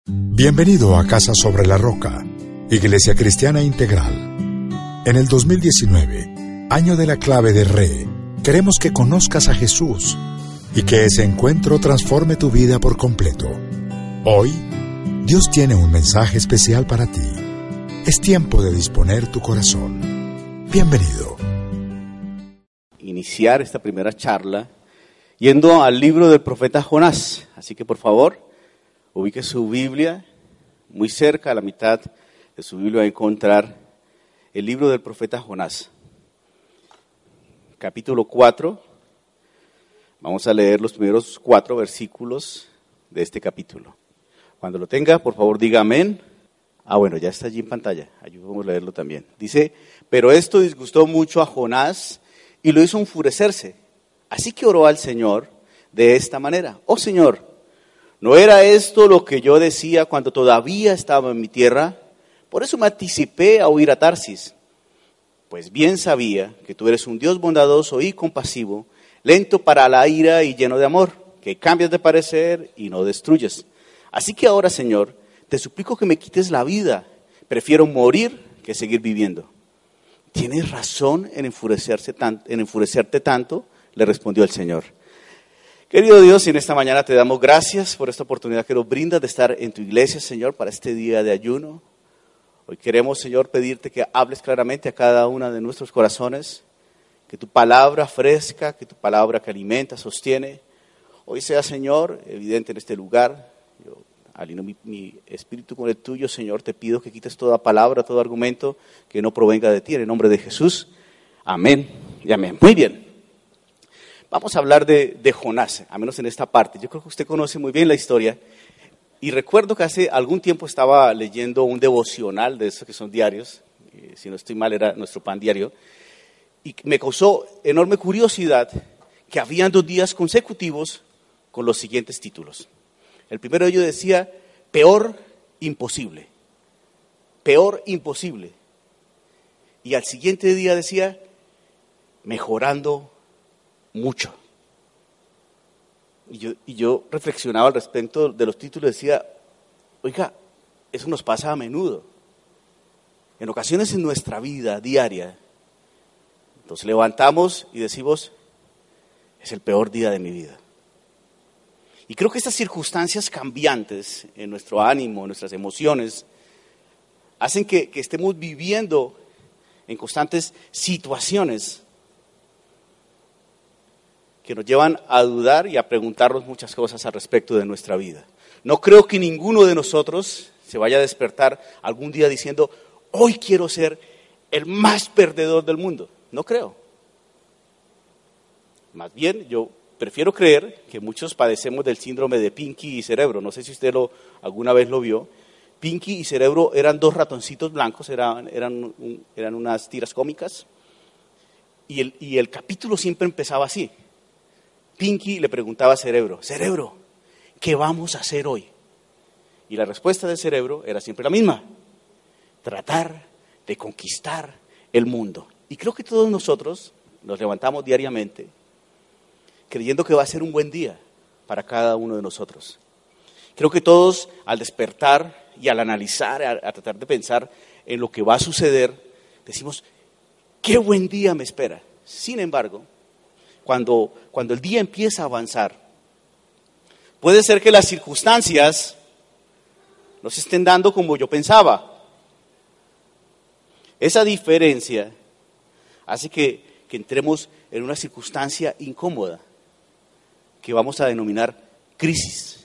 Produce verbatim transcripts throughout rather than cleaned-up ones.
Bienvenido a Casa sobre la Roca, Iglesia Cristiana Integral. En el dos mil diecinueve, año de la clave de Re, queremos que conozcas a Jesús y que ese encuentro transforme tu vida por completo. Hoy, Dios tiene un mensaje especial para ti. Es tiempo de disponer tu corazón. Bienvenido. Iniciar esta primera charla yendo al libro del profeta Jonás. Así que por favor, ubique su Biblia muy cerca, a la mitad de su Biblia va a encontrar el libro del profeta Jonás. Capítulo cuatro. Vamos a leer los primeros cuatro versículos de este capítulo. Cuando lo tenga, por favor diga amén. Ah, bueno, ya está allí en pantalla. Allí podemos leerlo también. Dice, pero esto disgustó mucho a Jonás y lo hizo enfurecerse. Así que oró al Señor de esta manera. Oh Señor, ¿no era esto lo que yo decía cuando todavía estaba en mi tierra? Por eso me anticipé a huir a Tarsis. Pues bien sabía que tú eres un Dios bondadoso y compasivo, lento para la ira y lleno de amor, que cambias de parecer y no destruyes. Así que ahora, Señor, te suplico que me quites la vida. Prefiero morir que seguir viviendo. ¿Tienes razón en enfurecerse tan, en enfurecerte tanto? Le respondió el Señor. Querido Dios, en esta mañana te damos gracias por esta oportunidad que nos brindas de estar en tu iglesia, Señor, para este día de ayuno. Hoy queremos, Señor, pedirte que hables claramente a cada uno de nuestros corazones, que tu palabra fresca, que tu palabra que alimenta, sostiene, hoy sea, Señor, evidente en este lugar. Yo alineo mi, mi espíritu con el tuyo, Señor, te pido que quites toda palabra, todo argumento que no provenga de ti, en el nombre de Jesús. Amén y amén. Muy bien. Vamos a hablar de, de Jonás, a menos en esta parte. Yo creo que usted conoce muy bien la historia. Y recuerdo que hace algún tiempo estaba leyendo un devocional de esos que son diarios. Eh, si no estoy mal, era nuestro pan diario. Y me causó enorme curiosidad que habían dos días consecutivos con los siguientes títulos. El primero de ellos decía, peor imposible. Peor imposible. Y al siguiente día decía, mejorando mucho. Y yo, y yo reflexionaba al respecto de los títulos y decía, oiga, eso nos pasa a menudo. En ocasiones en nuestra vida diaria, nos levantamos y decimos, es el peor día de mi vida. Y creo que estas circunstancias cambiantes en nuestro ánimo, en nuestras emociones, hacen que, que estemos viviendo en constantes situaciones que nos llevan a dudar y a preguntarnos muchas cosas al respecto de nuestra vida. No creo que ninguno de nosotros se vaya a despertar algún día diciendo, hoy quiero ser el más perdedor del mundo. No creo. Más bien, yo prefiero creer que muchos padecemos del síndrome de Pinky y Cerebro. No sé si usted lo, alguna vez lo vio. Pinky y Cerebro eran dos ratoncitos blancos, eran, eran, eran unas tiras cómicas. Y el, y el capítulo siempre empezaba así. Pinky le preguntaba a Cerebro, Cerebro, ¿qué vamos a hacer hoy? Y la respuesta de Cerebro era siempre la misma, tratar de conquistar el mundo. Y creo que todos nosotros nos levantamos diariamente creyendo que va a ser un buen día para cada uno de nosotros. Creo que todos al despertar y al analizar, a, a tratar de pensar en lo que va a suceder, decimos, qué buen día me espera. Sin embargo, Cuando, cuando el día empieza a avanzar, puede ser que las circunstancias no se estén dando como yo pensaba. Esa diferencia hace que, que entremos en una circunstancia incómoda que vamos a denominar crisis.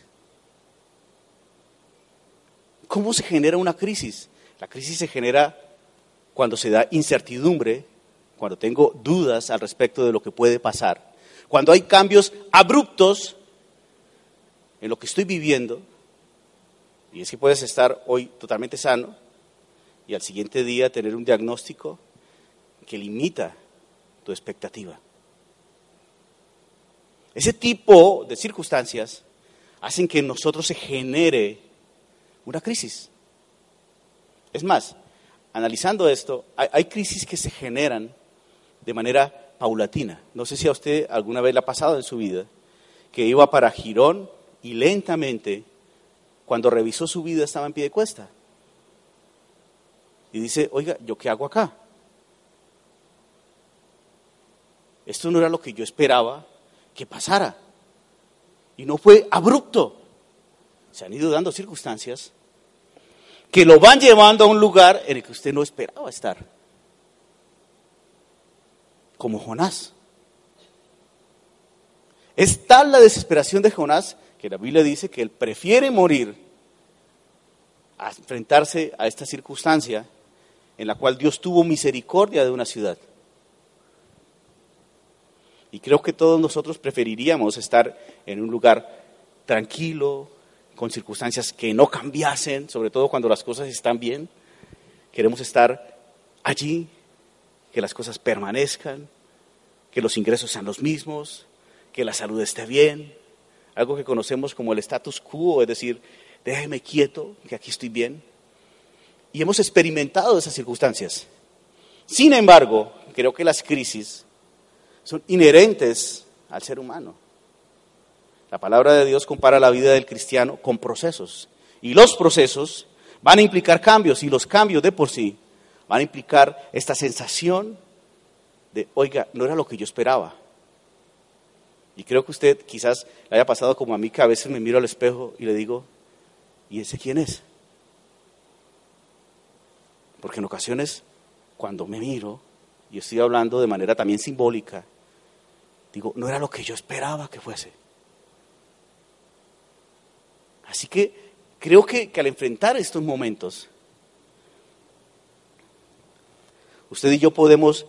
¿Cómo se genera una crisis? La crisis se genera cuando se da incertidumbre, cuando tengo dudas al respecto de lo que puede pasar, cuando hay cambios abruptos en lo que estoy viviendo, y es que puedes estar hoy totalmente sano y al siguiente día tener un diagnóstico que limita tu expectativa. Ese tipo de circunstancias hacen que en nosotros se genere una crisis. Es más, analizando esto, hay, hay crisis que se generan de manera paulatina. No sé si a usted alguna vez le ha pasado en su vida que iba para Girón y lentamente cuando revisó su vida estaba en pie de cuesta. Y dice, oiga, ¿yo qué hago acá? Esto no era lo que yo esperaba que pasara. Y no fue abrupto. Se han ido dando circunstancias que lo van llevando a un lugar en el que usted no esperaba estar. Como Jonás. Es tal la desesperación de Jonás que la Biblia dice que él prefiere morir a enfrentarse a esta circunstancia en la cual Dios tuvo misericordia de una ciudad. Y creo que todos nosotros preferiríamos estar en un lugar tranquilo, con circunstancias que no cambiasen, sobre todo cuando las cosas están bien. Queremos estar allí, que las cosas permanezcan, que los ingresos sean los mismos, que la salud esté bien, algo que conocemos como el status quo, es decir, déjeme quieto, que aquí estoy bien. Y hemos experimentado esas circunstancias. Sin embargo, creo que las crisis son inherentes al ser humano. La palabra de Dios compara la vida del cristiano con procesos. Y los procesos van a implicar cambios, y los cambios de por sí van a implicar esta sensación de, oiga, no era lo que yo esperaba. Y creo que usted quizás le haya pasado como a mí, que a veces me miro al espejo y le digo, ¿y ese quién es? Porque en ocasiones, cuando me miro, y estoy hablando de manera también simbólica, digo, no era lo que yo esperaba que fuese. Así que creo que, que al enfrentar estos momentos, usted y yo podemos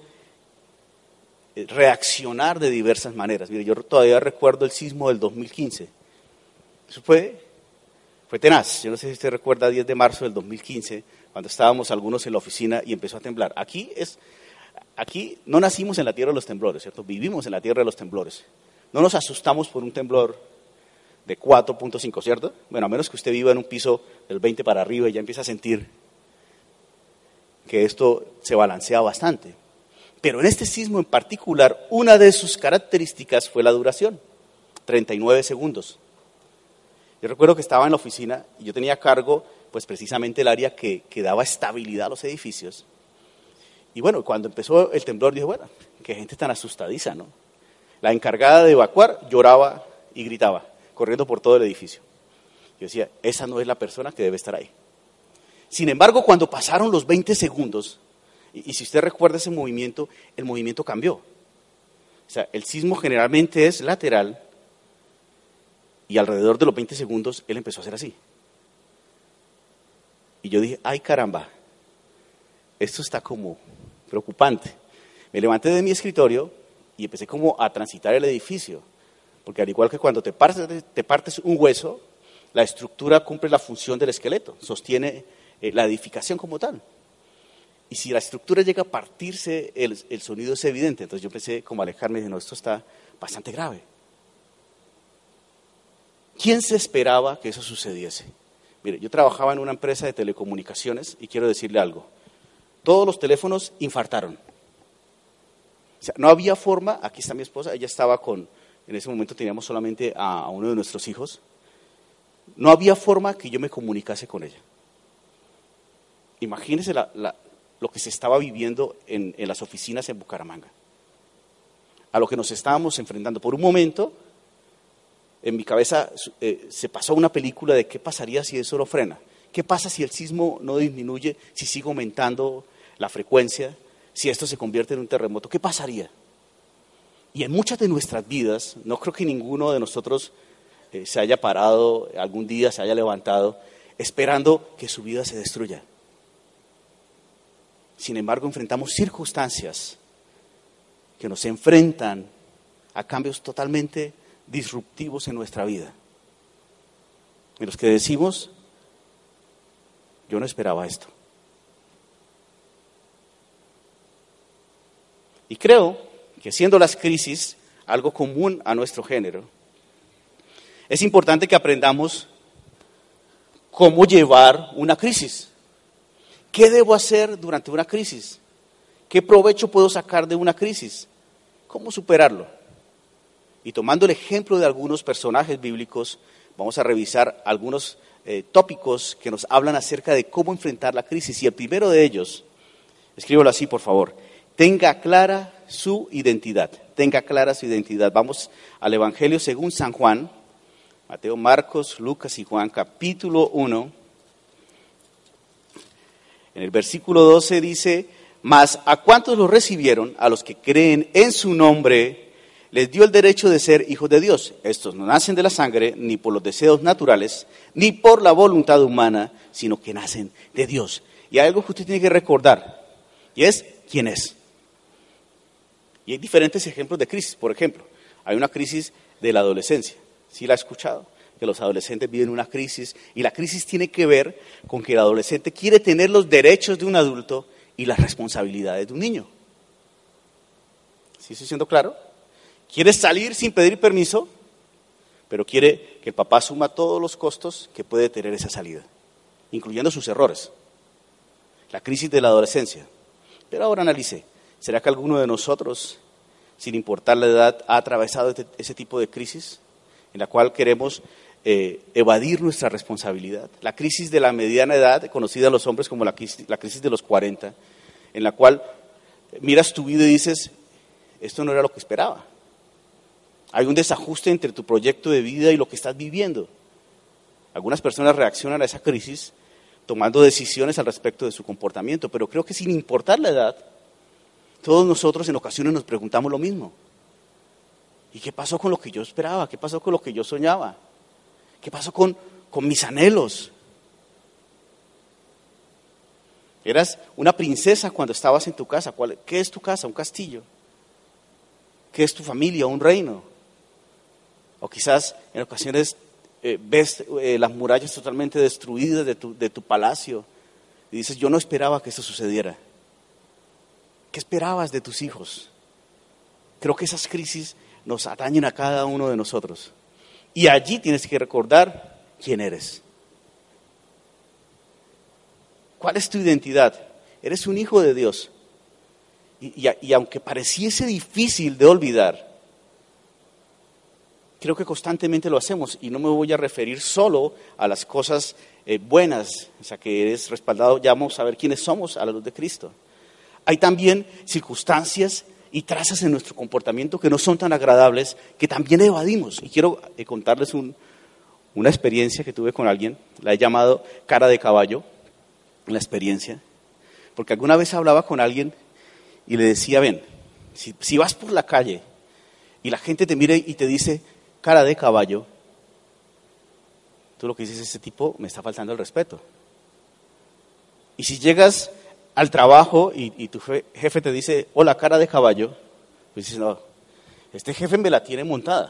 reaccionar de diversas maneras. Mire, yo todavía recuerdo el sismo del dos mil quince. Eso fue, fue tenaz. Yo no sé si usted recuerda, diez de marzo del dos mil quince, cuando estábamos algunos en la oficina y empezó a temblar. Aquí es, aquí no nacimos en la tierra de los temblores, ¿cierto? Vivimos en la tierra de los temblores. No nos asustamos por un temblor de cuatro punto cinco, ¿cierto? Bueno, a menos que usted viva en un piso del veinte para arriba y ya empieza a sentir que esto se balancea bastante. Pero en este sismo en particular, una de sus características fue la duración, treinta y nueve segundos. Yo recuerdo que estaba en la oficina y yo tenía a cargo, pues precisamente el área que, que daba estabilidad a los edificios. Y bueno, cuando empezó el temblor, dije, bueno, qué gente tan asustadiza, ¿no? La encargada de evacuar lloraba y gritaba, corriendo por todo el edificio. Yo decía, esa no es la persona que debe estar ahí. Sin embargo, cuando pasaron los veinte segundos, y, y si usted recuerda ese movimiento, el movimiento cambió. O sea, el sismo generalmente es lateral, y alrededor de los veinte segundos, él empezó a hacer así. Y yo dije, ay caramba, esto está como preocupante. Me levanté de mi escritorio y empecé como a transitar el edificio. Porque al igual que cuando te partes, te partes un hueso, la estructura cumple la función del esqueleto, sostiene eh, la edificación como tal. Y si la estructura llega a partirse, el, el sonido es evidente. Entonces yo empecé como a alejarme y dije, no, esto está bastante grave. ¿Quién se esperaba que eso sucediese? Mire, yo trabajaba en una empresa de telecomunicaciones y quiero decirle algo. Todos los teléfonos infartaron. O sea, no había forma, aquí está mi esposa, ella estaba con... En ese momento teníamos solamente a, a uno de nuestros hijos. No había forma que yo me comunicase con ella. Imagínense la, la, lo que se estaba viviendo en, en las oficinas en Bucaramanga. A lo que nos estábamos enfrentando. Por un momento, en mi cabeza eh, se pasó una película de qué pasaría si eso lo frena. ¿Qué pasa si el sismo no disminuye, si sigue aumentando la frecuencia, si esto se convierte en un terremoto? ¿Qué pasaría? Y en muchas de nuestras vidas, no creo que ninguno de nosotros eh, se haya parado algún día, se haya levantado, esperando que su vida se destruya. Sin embargo, enfrentamos circunstancias que nos enfrentan a cambios totalmente disruptivos en nuestra vida. Y los que decimos, yo no esperaba esto. Y creo que siendo las crisis algo común a nuestro género, es importante que aprendamos cómo llevar una crisis. ¿Qué debo hacer durante una crisis? ¿Qué provecho puedo sacar de una crisis? ¿Cómo superarlo? Y tomando el ejemplo de algunos personajes bíblicos, vamos a revisar algunos eh, tópicos que nos hablan acerca de cómo enfrentar la crisis. Y el primero de ellos, escríbalo así por favor, tenga clara su identidad, tenga clara su identidad. Vamos al Evangelio según San Juan, Mateo, Marcos, Lucas y Juan, capítulo uno. En el versículo doce dice, mas a cuántos los recibieron, a los que creen en su nombre, les dio el derecho de ser hijos de Dios. Estos no nacen de la sangre, ni por los deseos naturales, ni por la voluntad humana, sino que nacen de Dios. Y hay algo que usted tiene que recordar, y es quién es. Y hay diferentes ejemplos de crisis. Por ejemplo, hay una crisis de la adolescencia. ¿Sí la ha escuchado? Que los adolescentes viven una crisis, y la crisis tiene que ver con que el adolescente quiere tener los derechos de un adulto y las responsabilidades de un niño. ¿Sí estoy siendo claro? Quiere salir sin pedir permiso, pero quiere que el papá asuma todos los costos que puede tener esa salida, incluyendo sus errores. La crisis de la adolescencia. Pero ahora analice, ¿será que alguno de nosotros, sin importar la edad, ha atravesado este, ese tipo de crisis en la cual queremos eh, evadir nuestra responsabilidad? La crisis de la mediana edad, conocida a los hombres como la crisis, la crisis de los cuarenta, en la cual miras tu vida y dices, esto no era lo que esperaba. Hay un desajuste entre tu proyecto de vida y lo que estás viviendo. Algunas personas reaccionan a esa crisis tomando decisiones al respecto de su comportamiento, pero creo que sin importar la edad, todos nosotros en ocasiones nos preguntamos lo mismo. ¿Y qué pasó con lo que yo esperaba? ¿Qué pasó con lo que yo soñaba? ¿Qué pasó con, con mis anhelos? Eras una princesa cuando estabas en tu casa. ¿Cuál, ¿Qué es tu casa? ¿Un castillo? ¿Qué es tu familia? ¿Un reino? O quizás en ocasiones eh, ves eh, las murallas totalmente destruidas de tu, de tu palacio y dices, yo no esperaba que eso sucediera. ¿Qué esperabas de tus hijos? Creo que esas crisis nos atañen a cada uno de nosotros. Y allí tienes que recordar quién eres. ¿Cuál es tu identidad? Eres un hijo de Dios. Y, y, y aunque pareciese difícil de olvidar, creo que constantemente lo hacemos. Y no me voy a referir solo a las cosas eh, buenas, o sea, que eres respaldado, ya vamos a ver quiénes somos a la luz de Cristo. Hay también circunstancias y trazas en nuestro comportamiento que no son tan agradables, que también evadimos. Y quiero eh, contarles un, una experiencia que tuve con alguien, la he llamado cara de caballo, la experiencia, porque alguna vez hablaba con alguien y le decía, ven, si, si vas por la calle y la gente te mira y te dice cara de caballo, tú lo que dices, ese tipo me está faltando el respeto. Y si llegas al trabajo y, y tu jefe te dice, hola, cara de caballo, pues dices, no, este jefe me la tiene montada.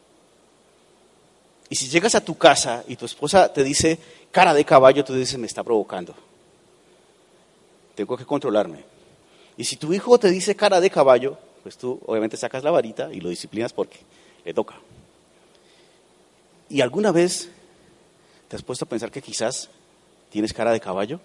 Y si llegas a tu casa y tu esposa te dice cara de caballo, tú dices, me está provocando. Tengo que controlarme. Y si tu hijo te dice cara de caballo, pues tú obviamente sacas la varita y lo disciplinas porque le toca. ¿Y alguna vez te has puesto a pensar que quizás tienes cara de caballo?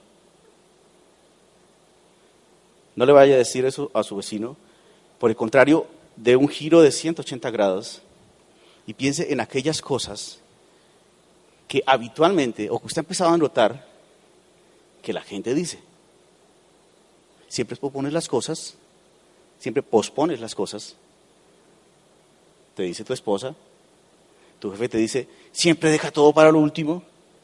No le vaya a decir eso a su vecino. Por el contrario, dé un giro de ciento ochenta grados y piense en aquellas cosas que habitualmente, o que usted ha empezado a notar, que la gente dice. Siempre pospones las cosas, siempre pospones las cosas. Te dice tu esposa, tu jefe te dice, siempre deja todo para lo último.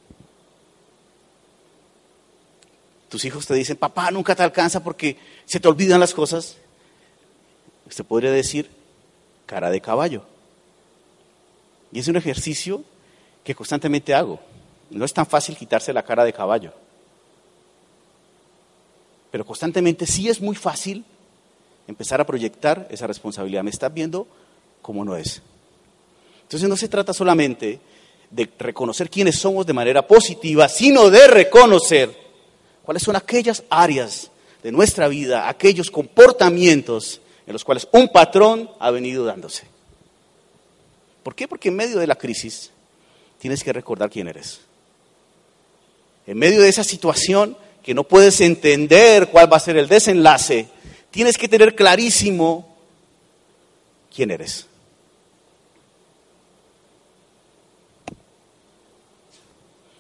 Tus hijos te dicen, papá, nunca te alcanza porque se te olvidan las cosas. Usted podría decir, cara de caballo. Y es un ejercicio que constantemente hago. No es tan fácil quitarse la cara de caballo. Pero constantemente sí es muy fácil empezar a proyectar esa responsabilidad. Me estás viendo como no es. Entonces no se trata solamente de reconocer quiénes somos de manera positiva, sino de reconocer cuáles son aquellas áreas de nuestra vida, aquellos comportamientos en los cuales un patrón ha venido dándose. ¿Por qué? Porque en medio de la crisis tienes que recordar quién eres. En medio de esa situación que no puedes entender cuál va a ser el desenlace, tienes que tener clarísimo quién eres.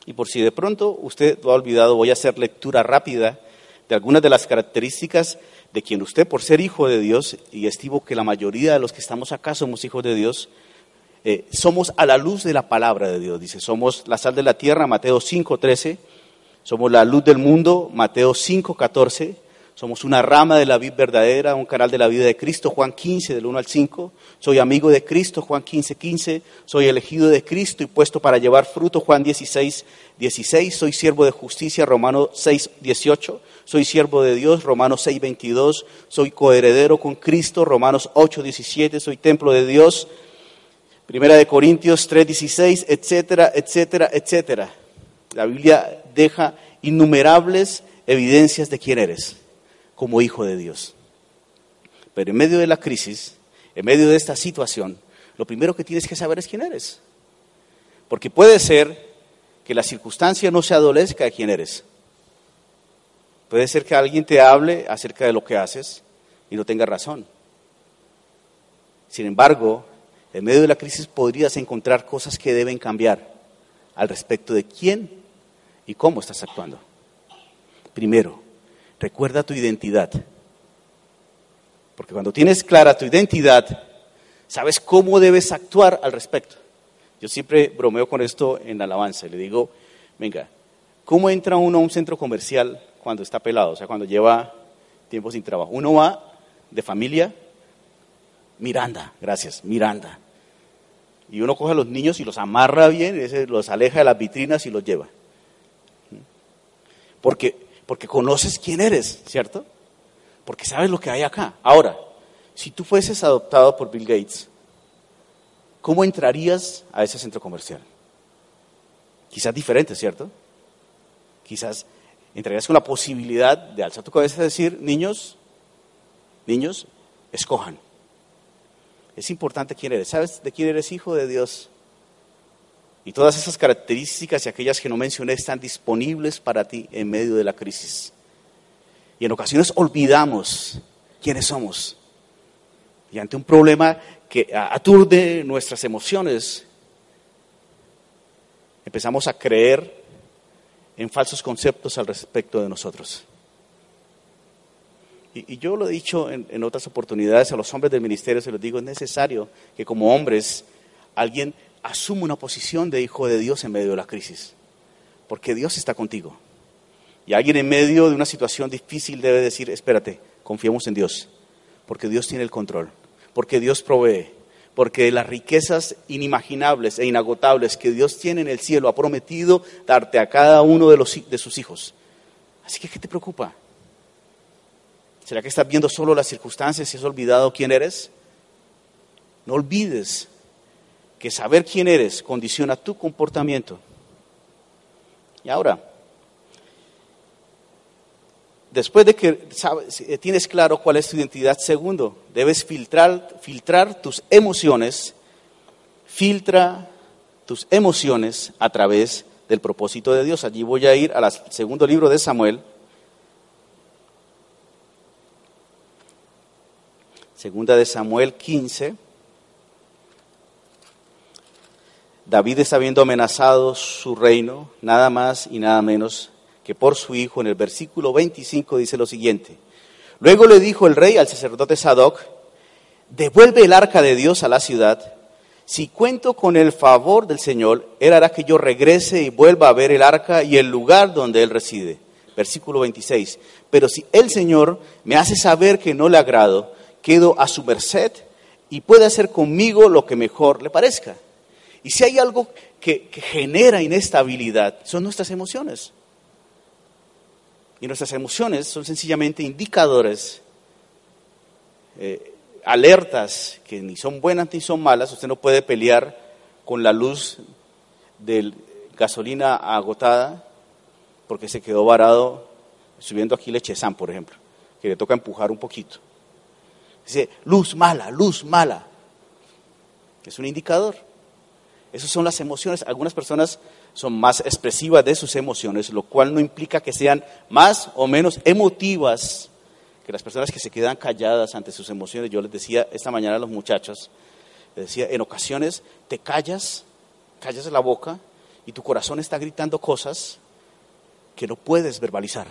Y por si de pronto usted lo ha olvidado, voy a hacer lectura rápida de algunas de las características de quien usted, por ser hijo de Dios, y estimo que la mayoría de los que estamos acá somos hijos de Dios, eh, somos a la luz de la palabra de Dios. Dice, somos la sal de la tierra, Mateo cinco trece, somos la luz del mundo, Mateo cinco catorce, somos una rama de la vid verdadera, un canal de la vida de Cristo, Juan quince, del uno al cinco. Soy amigo de Cristo, Juan quince quince. Soy elegido de Cristo y puesto para llevar fruto, Juan dieciséis dieciséis. Soy siervo de justicia, Romanos seis dieciocho. Soy siervo de Dios, Romanos seis veintidós. Soy coheredero con Cristo, Romanos ocho diecisiete. Soy templo de Dios, Primera de Corintios tres dieciséis, etcétera, etcétera, etcétera. La Biblia deja innumerables evidencias de quién eres como hijo de Dios. Pero en medio de la crisis, en medio de esta situación, lo primero que tienes que saber es quién eres. Porque puede ser que la circunstancia no se adolezca de quién eres. Puede ser que alguien te hable acerca de lo que haces y no tenga razón. Sin embargo, en medio de la crisis podrías encontrar cosas que deben cambiar al respecto de quién y cómo estás actuando. Primero, recuerda tu identidad. Porque cuando tienes clara tu identidad, sabes cómo debes actuar al respecto. Yo siempre bromeo con esto en la alabanza y le digo, venga, ¿cómo entra uno a un centro comercial cuando está pelado? O sea, cuando lleva tiempo sin trabajo. Uno va de familia, Miranda, gracias, Miranda. Y uno coge a los niños y los amarra bien, ese los aleja de las vitrinas y los lleva. Porque Porque conoces quién eres, ¿cierto? Porque sabes lo que hay acá. Ahora, si tú fueses adoptado por Bill Gates, ¿cómo entrarías a ese centro comercial? Quizás diferente, ¿cierto? Quizás entrarías con la posibilidad de alzar tu cabeza y decir, niños, niños, escojan. Es importante quién eres. ¿Sabes de quién eres hijo de Dios? Y todas esas características y aquellas que no mencioné están disponibles para ti en medio de la crisis. Y en ocasiones olvidamos quiénes somos. Y ante un problema que aturde nuestras emociones, empezamos a creer en falsos conceptos al respecto de nosotros. Y, y yo lo he dicho en, en otras oportunidades a los hombres del ministerio, se los digo, es necesario que como hombres alguien asume una posición de hijo de Dios en medio de la crisis, porque Dios está contigo. Y alguien en medio de una situación difícil debe decir, espérate, confiemos en Dios, porque Dios tiene el control, porque Dios provee, porque las riquezas inimaginables e inagotables que Dios tiene en el cielo ha prometido darte a cada uno de, los, de sus hijos. Así que, ¿qué te preocupa? ¿Será que estás viendo solo las circunstancias y has olvidado quién eres? No olvides que saber quién eres condiciona tu comportamiento. Y ahora, después de que sabes, tienes claro cuál es tu identidad, segundo, debes filtrar, filtrar tus emociones, filtra tus emociones a través del propósito de Dios. Allí voy a ir al segundo libro de Samuel, segunda de Samuel quince. David está viendo amenazado su reino, nada más y nada menos que por su hijo. En el versículo veinticinco dice lo siguiente: luego le dijo el rey al sacerdote Sadoc, devuelve el arca de Dios a la ciudad. Si cuento con el favor del Señor, él hará que yo regrese y vuelva a ver el arca y el lugar donde él reside. Versículo veintiséis, pero si el Señor me hace saber que no le agrado, quedo a su merced y puede hacer conmigo lo que mejor le parezca. Y si hay algo que, que genera inestabilidad, son nuestras emociones. Y nuestras emociones son sencillamente indicadores, eh, alertas, que ni son buenas ni son malas. Usted no puede pelear con la luz de gasolina agotada porque se quedó varado subiendo aquí Lechezán, por ejemplo, que le toca empujar un poquito. Dice, luz mala, luz mala. Es un indicador. Esas son las emociones. Algunas personas son más expresivas de sus emociones, lo cual no implica que sean más o menos emotivas que las personas que se quedan calladas ante sus emociones. Yo les decía esta mañana a los muchachos, les decía, en ocasiones te callas, callas la boca y tu corazón está gritando cosas que no puedes verbalizar.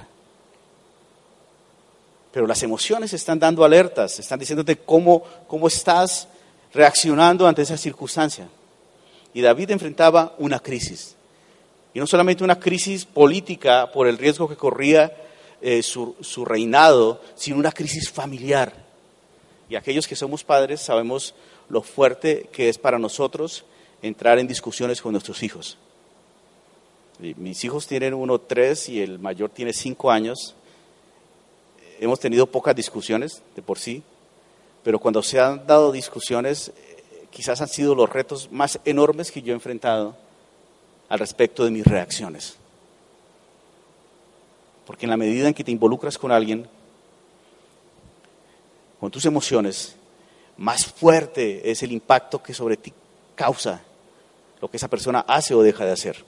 Pero las emociones están dando alertas, están diciéndote cómo, cómo estás reaccionando ante esa circunstancia. Y David enfrentaba una crisis. Y no solamente una crisis política por el riesgo que corría eh, su, su reinado, sino una crisis familiar. Y aquellos que somos padres sabemos lo fuerte que es para nosotros entrar en discusiones con nuestros hijos. Y mis hijos tienen uno, tres y el mayor tiene cinco años. Hemos tenido pocas discusiones de por sí, pero cuando se han dado discusiones, eh, quizás han sido los retos más enormes que yo he enfrentado al respecto de mis reacciones. Porque en la medida en que te involucras con alguien, con tus emociones, más fuerte es el impacto que sobre ti causa lo que esa persona hace o deja de hacer.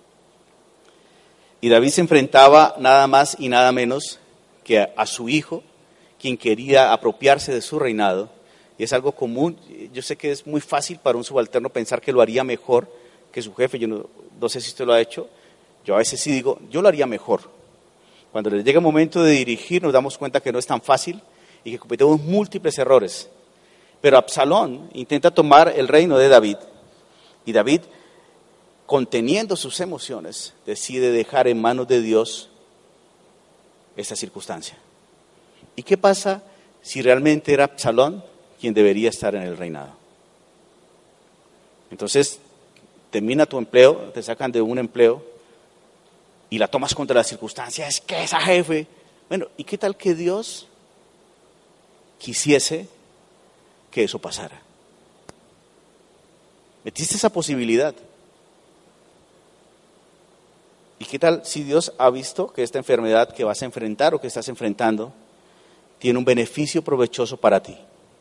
Y David se enfrentaba nada más y nada menos que a, a su hijo, quien quería apropiarse de su reinado. Y es algo común. Yo sé que es muy fácil para un subalterno pensar que lo haría mejor que su jefe. Yo no, no sé si usted lo ha hecho. Yo a veces sí digo, yo lo haría mejor. Cuando les llega el momento de dirigir, nos damos cuenta que no es tan fácil y que cometemos múltiples errores. Pero Absalón intenta tomar el reino de David, y David, conteniendo sus emociones, decide dejar en manos de Dios esta circunstancia. ¿Y qué pasa si realmente era Absalón quien debería estar en el reinado? Entonces, termina tu empleo, te sacan de un empleo y la tomas contra la circunstancia. Es que esa jefe. Bueno, ¿y qué tal que Dios quisiese que eso pasara? Metiste esa posibilidad. ¿Y qué tal si Dios ha visto que esta enfermedad que vas a enfrentar o que estás enfrentando tiene un beneficio provechoso para ti?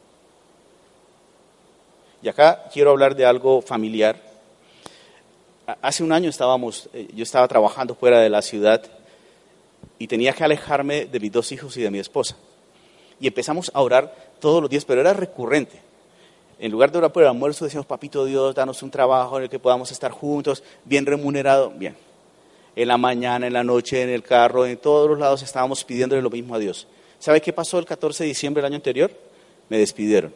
Y acá quiero hablar de algo familiar. Hace un año estábamos, yo estaba trabajando fuera de la ciudad y tenía que alejarme de mis dos hijos y de mi esposa. Y empezamos a orar todos los días, pero era recurrente. En lugar de orar por el almuerzo, decíamos, papito Dios, danos un trabajo en el que podamos estar juntos, bien remunerado, bien. En la mañana, en la noche, en el carro, en todos los lados estábamos pidiéndole lo mismo a Dios. ¿Sabe qué pasó el catorce de diciembre del año anterior? Me despidieron.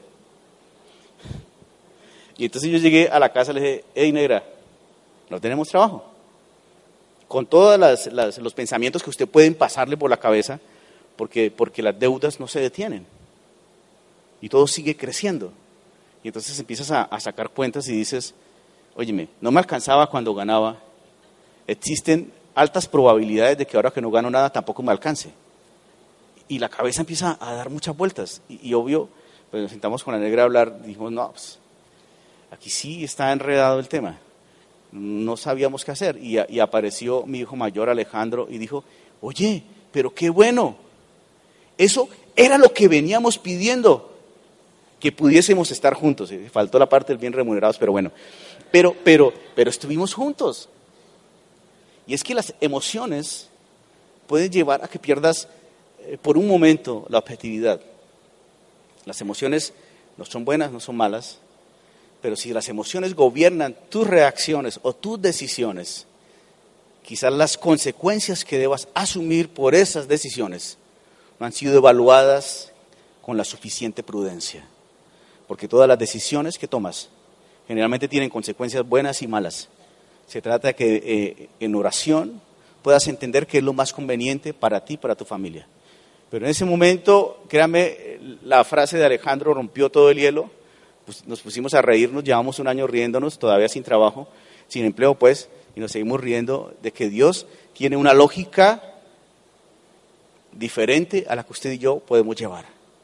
Y entonces yo llegué a la casa y le dije, hey negra, no tenemos trabajo. Con todos los pensamientos que usted pueden pasarle por la cabeza, porque, porque las deudas no se detienen. Y todo sigue creciendo. Y entonces empiezas a, a sacar cuentas y dices, óyeme, no me alcanzaba cuando ganaba. Existen altas probabilidades de que ahora que no gano nada tampoco me alcance. Y la cabeza empieza a dar muchas vueltas. Y, y obvio, pues nos sentamos con la negra a hablar, dijimos, no, pues, aquí sí está enredado el tema. No sabíamos qué hacer. Y, y apareció mi hijo mayor, Alejandro, y dijo, oye, pero qué bueno. Eso era lo que veníamos pidiendo, que pudiésemos estar juntos. Faltó la parte del bien remunerados, pero bueno. Pero, pero, pero estuvimos juntos. Y es que las emociones pueden llevar a que pierdas eh, por un momento la objetividad. Las emociones no son buenas, no son malas, pero si las emociones gobiernan tus reacciones o tus decisiones, quizás las consecuencias que debas asumir por esas decisiones no han sido evaluadas con la suficiente prudencia. Porque todas las decisiones que tomas generalmente tienen consecuencias buenas y malas. Se trata de que eh, en oración puedas entender qué es lo más conveniente para ti y para tu familia. Pero en ese momento, créanme, la frase de Alejandro rompió todo el hielo. Pues nos pusimos a reírnos, llevamos un año riéndonos, todavía sin trabajo, sin empleo pues, y nos seguimos riendo de que Dios tiene una lógica diferente a la que usted y yo podemos llevar.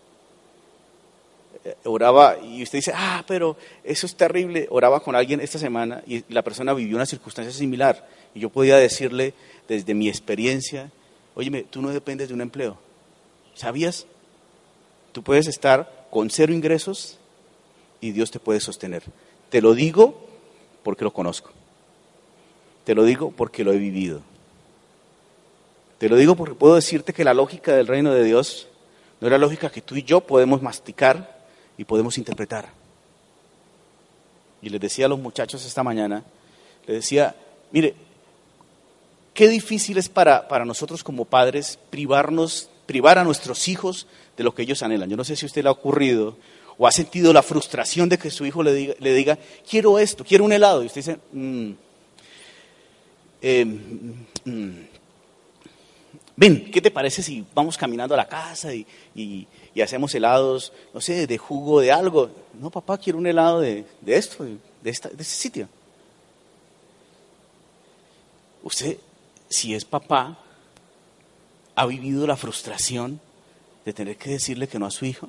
Oraba y usted dice, ah, pero eso es terrible. Oraba con alguien esta semana y la persona vivió una circunstancia similar. Y yo podía decirle desde mi experiencia, óyeme, tú no dependes de un empleo. ¿Sabías? Tú puedes estar con cero ingresos y Dios te puede sostener. Te lo digo porque lo conozco. Te lo digo porque lo he vivido. Te lo digo porque puedo decirte que la lógica del reino de Dios no es la lógica que tú y yo podemos masticar y podemos interpretar. Y les decía a los muchachos esta mañana, les decía, Mire, qué difícil es para, para nosotros como padres privarnos, privar a nuestros hijos de lo que ellos anhelan. Yo no sé si a usted le ha ocurrido o ha sentido la frustración de que su hijo le diga, le diga quiero esto, quiero un helado. Y usted dice, mm, eh, mm, ven, ¿qué te parece si vamos caminando a la casa y, y, y hacemos helados, no sé, de jugo, de algo? No, papá, quiero un helado de, de esto, de, esta, de ese sitio. Usted, si es papá, ¿ha vivido la frustración de tener que decirle que no a su hijo?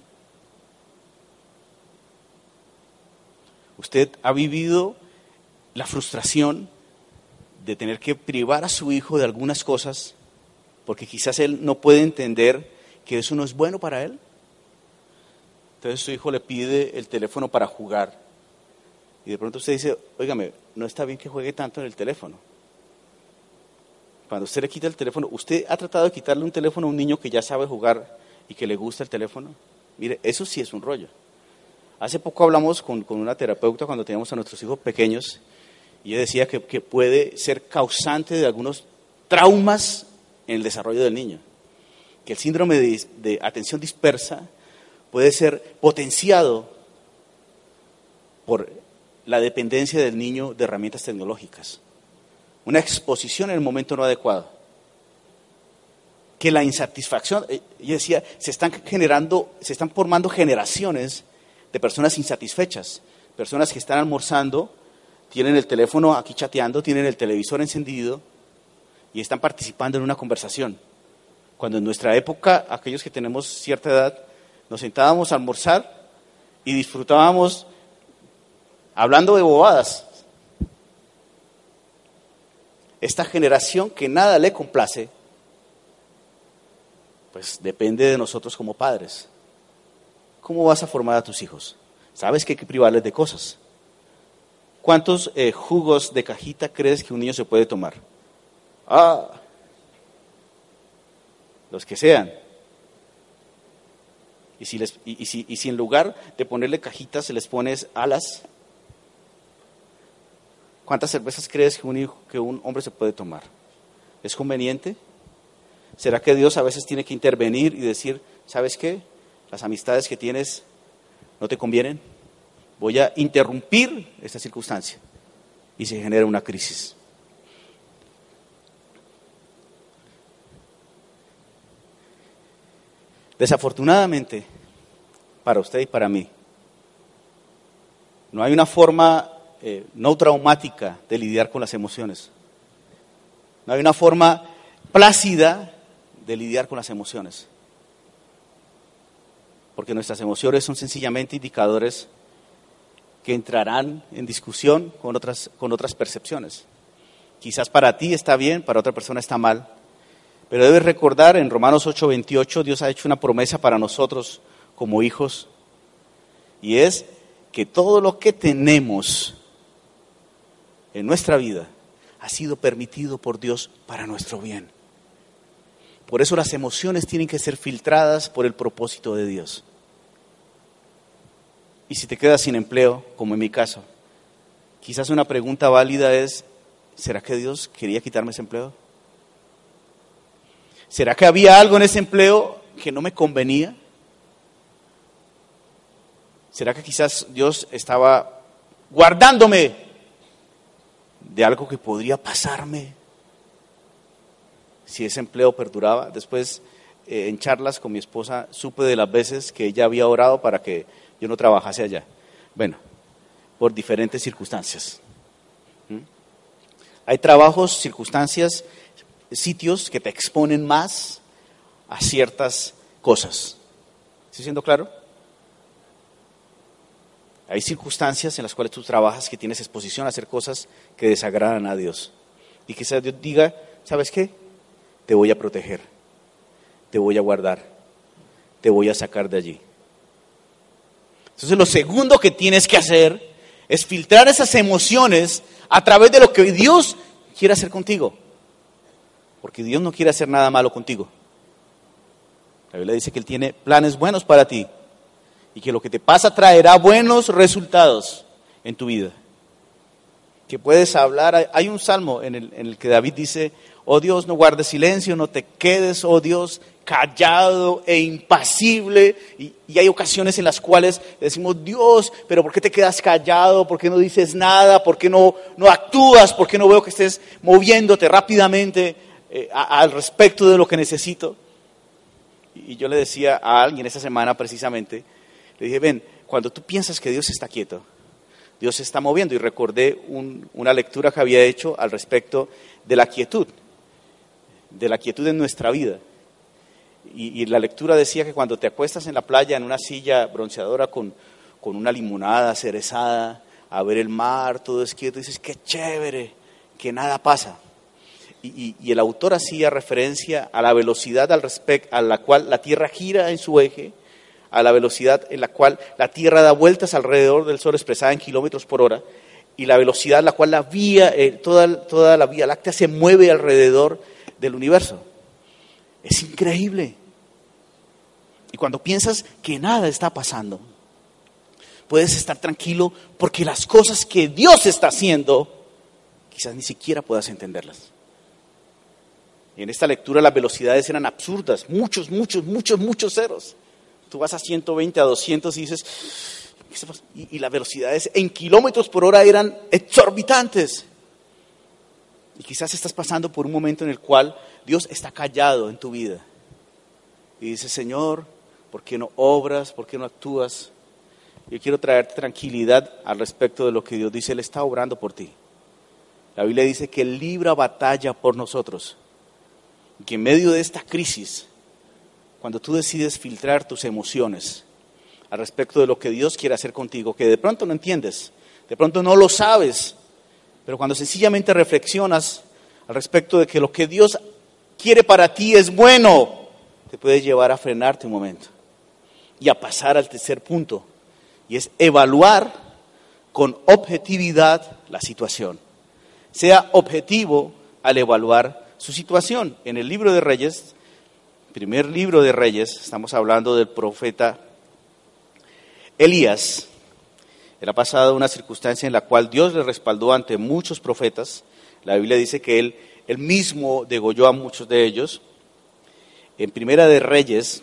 ¿Usted ha vivido la frustración de tener que privar a su hijo de algunas cosas porque quizás él no puede entender que eso no es bueno para él? Entonces su hijo le pide el teléfono para jugar y de pronto usted dice, óigame, no está bien que juegue tanto en el teléfono. Cuando usted le quita el teléfono, ¿usted ha tratado de quitarle un teléfono a un niño que ya sabe jugar y que le gusta el teléfono? Mire, eso sí es un rollo. Hace poco hablamos con, con una terapeuta cuando teníamos a nuestros hijos pequeños y ella decía que, que puede ser causante de algunos traumas en el desarrollo del niño. Que el síndrome de, de atención dispersa puede ser potenciado por la dependencia del niño de herramientas tecnológicas. Una exposición en el momento no adecuado. Que la insatisfacción, ella decía, se están generando, se están formando generaciones de personas insatisfechas, personas que están almorzando, tienen el teléfono aquí chateando, tienen el televisor encendido y están participando en una conversación. Cuando en nuestra época, aquellos que tenemos cierta edad, nos sentábamos a almorzar y disfrutábamos hablando de bobadas. Esta generación que nada le complace, pues depende de nosotros como padres. ¿Cómo vas a formar a tus hijos? Sabes que hay que privarles de cosas. ¿Cuántos eh, jugos de cajita crees que un niño se puede tomar? Ah, los que sean. Y si, les, y, y, si, y si en lugar de ponerle cajitas se les pones alas, ¿cuántas cervezas crees que un, hijo, que un hombre se puede tomar? ¿Es conveniente? ¿Será que Dios a veces tiene que intervenir y decir, ¿sabes qué? Las amistades que tienes no te convienen. Voy a interrumpir esta circunstancia y se genera una crisis. Desafortunadamente, para usted y para mí, no hay una forma eh, no traumática de lidiar con las emociones. No hay una forma plácida de lidiar con las emociones. Porque nuestras emociones son sencillamente indicadores que entrarán en discusión con otras, con otras percepciones. Quizás para ti está bien, para otra persona está mal, pero debes recordar en Romanos ocho veintiocho, Dios ha hecho una promesa para nosotros como hijos, y es que todo lo que tenemos en nuestra vida ha sido permitido por Dios para nuestro bien. Por eso las emociones tienen que ser filtradas por el propósito de Dios. Y si te quedas sin empleo, como en mi caso, quizás una pregunta válida es, ¿será que Dios quería quitarme ese empleo? ¿Será que había algo en ese empleo que no me convenía? ¿Será que quizás Dios estaba guardándome de algo que podría pasarme si ese empleo perduraba? Después, eh, en charlas con mi esposa, supe de las veces que ella había orado para que yo no trabajase allá. Bueno, por diferentes circunstancias. ¿Mm? Hay trabajos, circunstancias, sitios que te exponen más a ciertas cosas. ¿Estoy siendo claro? Hay circunstancias en las cuales tú trabajas que tienes exposición a hacer cosas que desagradan a Dios. Y quizás Dios diga, ¿sabes qué? Te voy a proteger, te voy a guardar, te voy a sacar de allí. Entonces lo segundo que tienes que hacer es filtrar esas emociones a través de lo que Dios quiere hacer contigo. Porque Dios no quiere hacer nada malo contigo. La Biblia dice que Él tiene planes buenos para ti y que lo que te pasa traerá buenos resultados en tu vida. que puedes hablar. Hay un salmo en el, en el que David dice, oh Dios, no guardes silencio, no te quedes, oh Dios, callado e impasible. Y, y hay ocasiones en las cuales decimos, Dios, pero ¿por qué te quedas callado? ¿Por qué no dices nada? ¿Por qué no, no actúas? ¿Por qué no veo que estés moviéndote rápidamente eh, a, al respecto de lo que necesito? Y, y yo le decía a alguien esta semana precisamente, le dije, ven, cuando tú piensas que Dios está quieto, Dios se está moviendo. Y recordé un, una lectura que había hecho al respecto de la quietud, de la quietud en nuestra vida. Y, y la lectura decía que cuando te acuestas en la playa en una silla bronceadora con, con una limonada cerezada, a ver el mar, todo es quieto, dices, qué chévere, que nada pasa. Y, y, y el autor hacía referencia a la velocidad al respect, a la cual la Tierra gira en su eje, a la velocidad en la cual la Tierra da vueltas alrededor del Sol expresada en kilómetros por hora, y la velocidad en la cual la vía, eh, toda, toda la Vía Láctea se mueve alrededor del universo. Es increíble. Y cuando piensas que nada está pasando, puedes estar tranquilo porque las cosas que Dios está haciendo, quizás ni siquiera puedas entenderlas. Y en esta lectura las velocidades eran absurdas, muchos, muchos, muchos, muchos ceros. Tú vas a ciento veinte, a doscientos y dices, ¿qué está pasando? Y, y las velocidades en kilómetros por hora eran exorbitantes. Y quizás estás pasando por un momento en el cual Dios está callado en tu vida. Y dices, Señor, ¿por qué no obras? ¿Por qué no actúas? Yo quiero traerte tranquilidad al respecto de lo que Dios dice. Él está obrando por ti. La Biblia dice que Él libra batalla por nosotros. Y que en medio de esta crisis, cuando tú decides filtrar tus emociones al respecto de lo que Dios quiere hacer contigo, que de pronto no entiendes, de pronto no lo sabes, pero cuando sencillamente reflexionas al respecto de que lo que Dios quiere para ti es bueno, te puede llevar a frenarte un momento y a pasar al tercer punto, y es evaluar con objetividad la situación. Sea objetivo al evaluar su situación. En el libro de Reyes, primer libro de Reyes, estamos hablando del profeta Elías. Él ha pasado una circunstancia en la cual Dios le respaldó ante muchos profetas. La Biblia dice que él, él mismo degolló a muchos de ellos. En Primera de Reyes,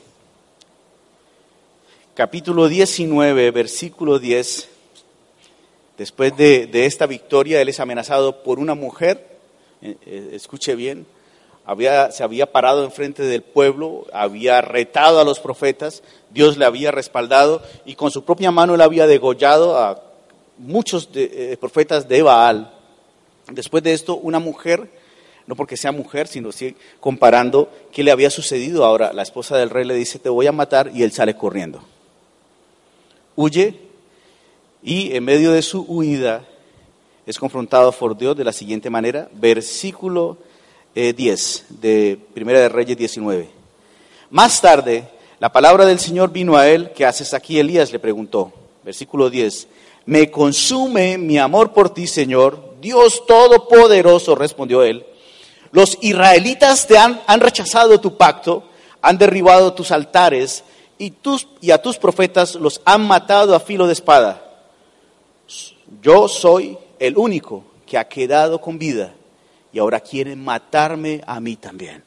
capítulo diecinueve, versículo diez, después de, de esta victoria, él es amenazado por una mujer, eh, eh, escuche bien, había, se había parado enfrente del pueblo, había retado a los profetas, Dios le había respaldado y con su propia mano él había degollado a muchos de, eh, profetas de Baal. Después de esto, una mujer, no porque sea mujer, sino sí comparando qué le había sucedido ahora, la esposa del rey le dice, te voy a matar, y él sale corriendo. Huye, y en medio de su huida es confrontado por Dios de la siguiente manera, versículo eh, diez de Primera de Reyes diecinueve. Más tarde, la palabra del Señor vino a él. ¿Qué haces aquí, Elías?, le preguntó. Versículo diez. Me consume mi amor por ti, Señor, Dios Todopoderoso, respondió él. Los israelitas te han, han rechazado tu pacto, han derribado tus altares y, tus, y a tus profetas los han matado a filo de espada. Yo soy el único que ha quedado con vida y ahora quieren matarme a mí también.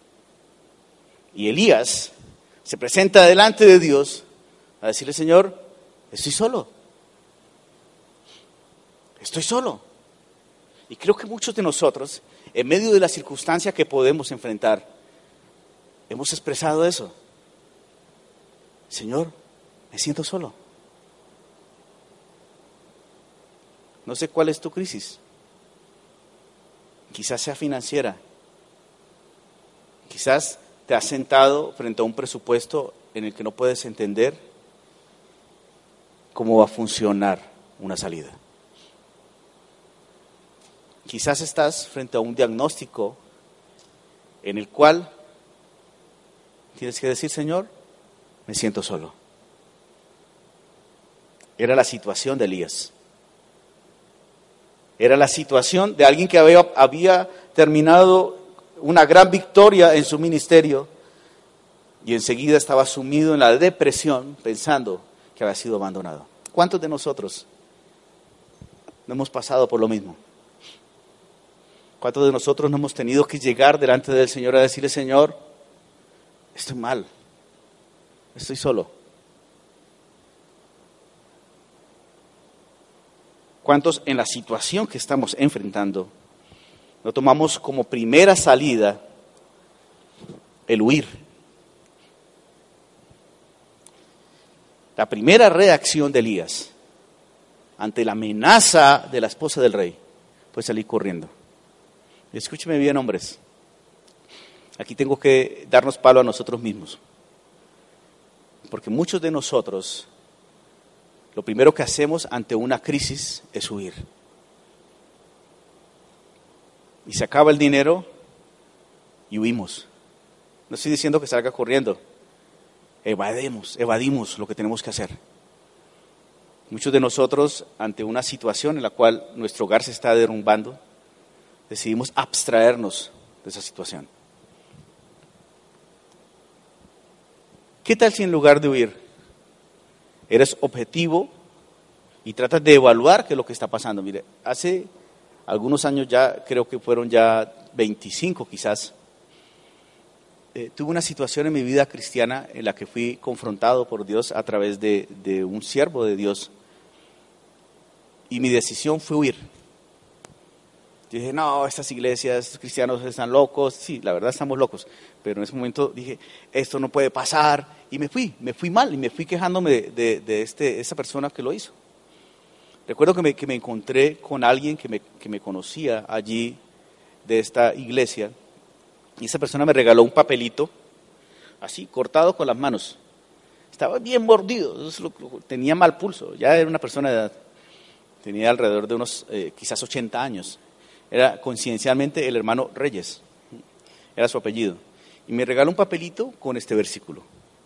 Y Elías se presenta delante de Dios a decirle, Señor, estoy solo. Estoy solo. Y creo que muchos de nosotros, en medio de la circunstancia que podemos enfrentar, hemos expresado eso. Señor, me siento solo. No sé cuál es tu crisis. Quizás sea financiera. Quizás te has sentado frente a un presupuesto en el que no puedes entender cómo va a funcionar una salida. Quizás estás frente a un diagnóstico en el cual tienes que decir, Señor, me siento solo. Era la situación de Elías. Era la situación de alguien que había, había terminado una gran victoria en su ministerio y enseguida estaba sumido en la depresión pensando que había sido abandonado. ¿Cuántos de nosotros no hemos pasado por lo mismo? ¿Cuántos de nosotros no hemos tenido que llegar delante del Señor a decirle, Señor, estoy mal, estoy solo? ¿Cuántos en la situación que estamos enfrentando no tomamos como primera salida el huir? La primera reacción de Elías ante la amenaza de la esposa del rey fue salir corriendo. Escúcheme bien, hombres. Aquí tengo que darnos palo a nosotros mismos. Porque muchos de nosotros, lo primero que hacemos ante una crisis es huir. Y se acaba el dinero y huimos. No estoy diciendo que salga corriendo. Evademos, evadimos lo que tenemos que hacer. Muchos de nosotros, ante una situación en la cual nuestro hogar se está derrumbando, decidimos abstraernos de esa situación. ¿Qué tal si en lugar de huir, eres objetivo y tratas de evaluar qué es lo que está pasando? Mire, hace algunos años ya, creo que fueron ya veinticinco quizás, eh, tuve una situación en mi vida cristiana en la que fui confrontado por Dios a través de, de un siervo de Dios, y mi decisión fue huir. Yo dije, no, estas iglesias, estos cristianos están locos. Sí, la verdad estamos locos, pero en ese momento dije, esto no puede pasar, y me fui, me fui mal, y me fui quejándome de, de, de este, esa persona que lo hizo. Recuerdo que me, que me encontré con alguien que me, que me conocía allí de esta iglesia, y esa persona me regaló un papelito, así, cortado con las manos. Estaba bien mordido, tenía mal pulso, ya era una persona de edad, tenía alrededor de unos eh, quizás ochenta años. Era coincidencialmente el hermano Reyes, era su apellido. Y me regaló un papelito con este versículo.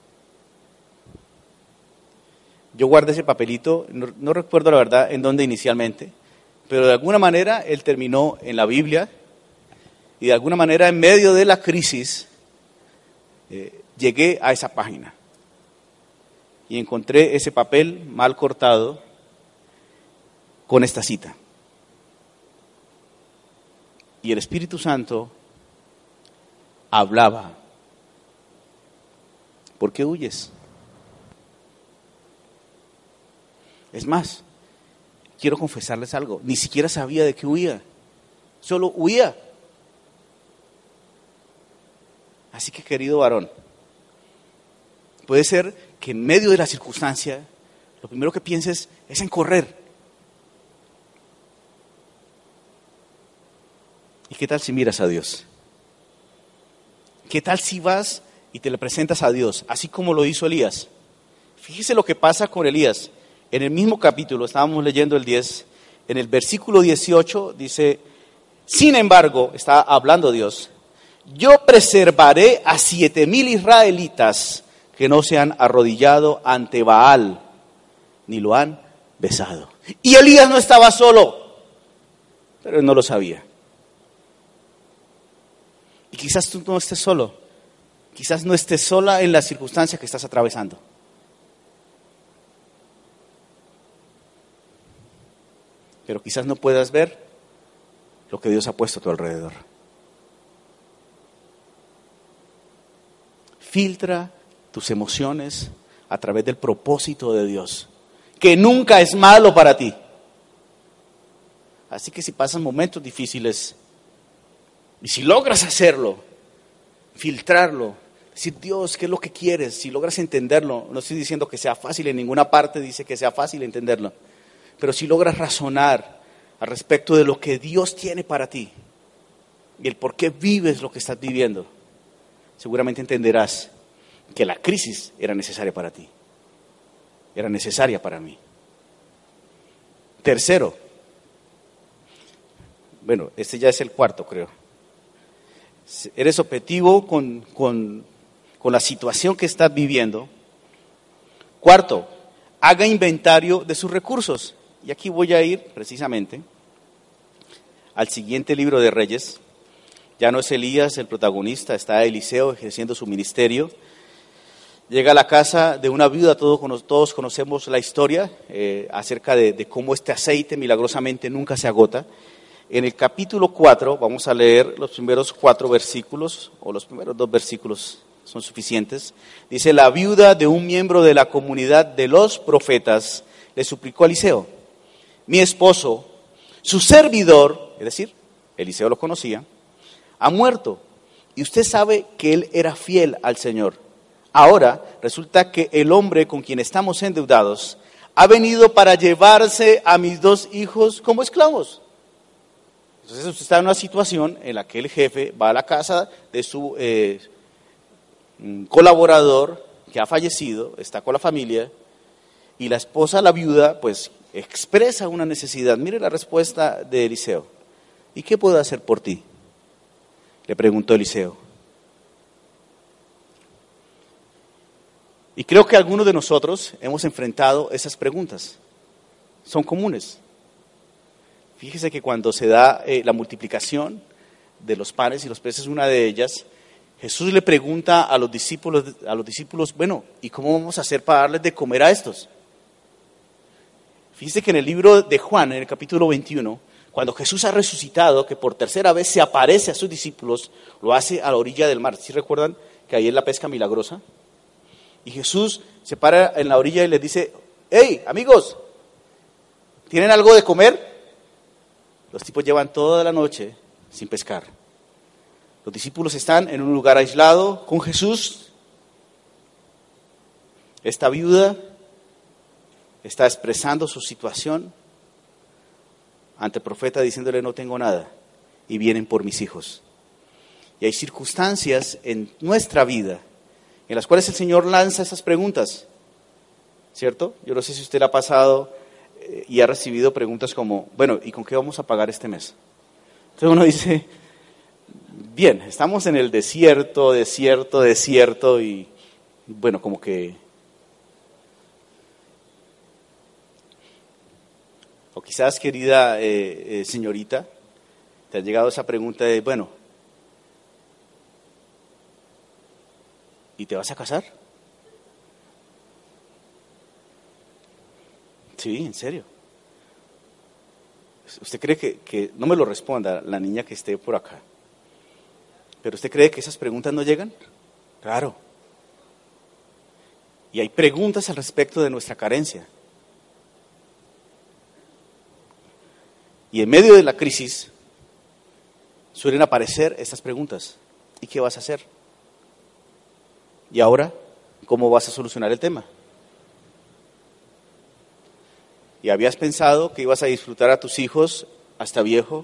Yo guardé ese papelito, no, no recuerdo la verdad en dónde inicialmente, pero de alguna manera él terminó en la Biblia, y de alguna manera en medio de la crisis eh, llegué a esa página y encontré ese papel mal cortado con esta cita. Y el Espíritu Santo hablaba. ¿Por qué huyes? Es más, quiero confesarles algo. Ni siquiera sabía de qué huía. Solo huía. Así que, querido varón, puede ser que en medio de la circunstancia, lo primero que pienses es en correr. ¿Y qué tal si miras a Dios? ¿Qué tal si vas y te le presentas a Dios, así como lo hizo Elías? Fíjese lo que pasa con Elías. En el mismo capítulo, estábamos leyendo el diez, en el versículo dieciocho dice, sin embargo, está hablando Dios, yo preservaré a siete mil israelitas que no se han arrodillado ante Baal, ni lo han besado. Y Elías no estaba solo, pero él no lo sabía. Y quizás tú no estés solo, quizás no estés sola en la circunstancia que estás atravesando. Pero quizás no puedas ver lo que Dios ha puesto a tu alrededor. Filtra tus emociones a través del propósito de Dios, que nunca es malo para ti. Así que si pasas momentos difíciles, y si logras hacerlo, filtrarlo, decir, Dios, ¿qué es lo que quieres? Si logras entenderlo, no estoy diciendo que sea fácil, en ninguna parte dice que sea fácil entenderlo, pero si logras razonar al respecto de lo que Dios tiene para ti y el por qué vives lo que estás viviendo, seguramente entenderás que la crisis era necesaria para ti, era necesaria para mí. Tercero, bueno, este ya es el cuarto, creo. Eres objetivo con, con, con la situación que estás viviendo. Cuarto, haga inventario de sus recursos. Y aquí voy a ir precisamente al siguiente libro de Reyes. Ya no es Elías el protagonista, está Eliseo ejerciendo su ministerio. Llega a la casa de una viuda, todos, todos conocemos la historia eh, acerca de, de cómo este aceite milagrosamente nunca se agota. En el capítulo cuatro, vamos a leer los primeros cuatro versículos, o los primeros dos versículos son suficientes. Dice, la viuda de un miembro de la comunidad de los profetas le suplicó a Eliseo, mi esposo, su servidor, es decir, Eliseo lo conocía, ha muerto, y usted sabe que él era fiel al Señor. Ahora resulta que el hombre con quien estamos endeudados ha venido para llevarse a mis dos hijos como esclavos. Entonces usted está en una situación en la que el jefe va a la casa de su eh, colaborador que ha fallecido, está con la familia, y la esposa, la viuda, pues expresa una necesidad. Mire la respuesta de Eliseo. ¿Y qué puedo hacer por ti?, le preguntó Eliseo. Y creo que algunos de nosotros hemos enfrentado esas preguntas. Son comunes. Fíjese que cuando se da eh, la multiplicación de los panes y los peces, una de ellas, Jesús le pregunta a los discípulos, a los discípulos, bueno, ¿y cómo vamos a hacer para darles de comer a estos? Fíjese que en el libro de Juan, en el capítulo veintiuno, cuando Jesús ha resucitado, que por tercera vez se aparece a sus discípulos, lo hace a la orilla del mar. ¿Sí recuerdan que ahí es la pesca milagrosa? Y Jesús se para en la orilla y les dice, hey, amigos, ¿tienen algo de comer? Los tipos llevan toda la noche sin pescar. Los discípulos están en un lugar aislado con Jesús. Esta viuda está expresando su situación ante el profeta diciéndole no tengo nada y vienen por mis hijos. Y hay circunstancias en nuestra vida en las cuales el Señor lanza esas preguntas, ¿cierto? Yo no sé si usted la ha pasado eh, y ha recibido preguntas como, bueno, ¿y con qué vamos a pagar este mes? Entonces uno dice, bien, estamos en el desierto, desierto, desierto y bueno, como que... O quizás, querida eh, eh, señorita, te ha llegado esa pregunta de, bueno, ¿y te vas a casar? Sí, en serio. ¿Usted cree que, que, no me lo responda la niña que esté por acá, pero usted cree que esas preguntas no llegan? Claro. Y hay preguntas al respecto de nuestra carencia. Y en medio de la crisis suelen aparecer estas preguntas. ¿Y qué vas a hacer? ¿Y ahora cómo vas a solucionar el tema? ¿Y habías pensado que ibas a disfrutar a tus hijos hasta viejo?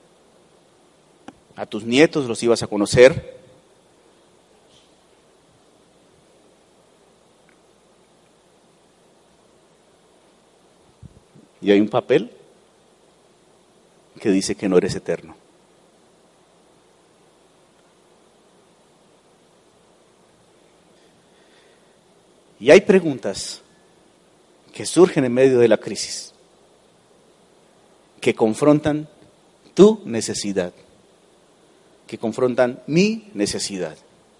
¿A tus nietos los ibas a conocer? Y hay un papel que dice que no eres eterno. Y hay preguntas que surgen en medio de la crisis, que confrontan tu necesidad, que confrontan mi necesidad.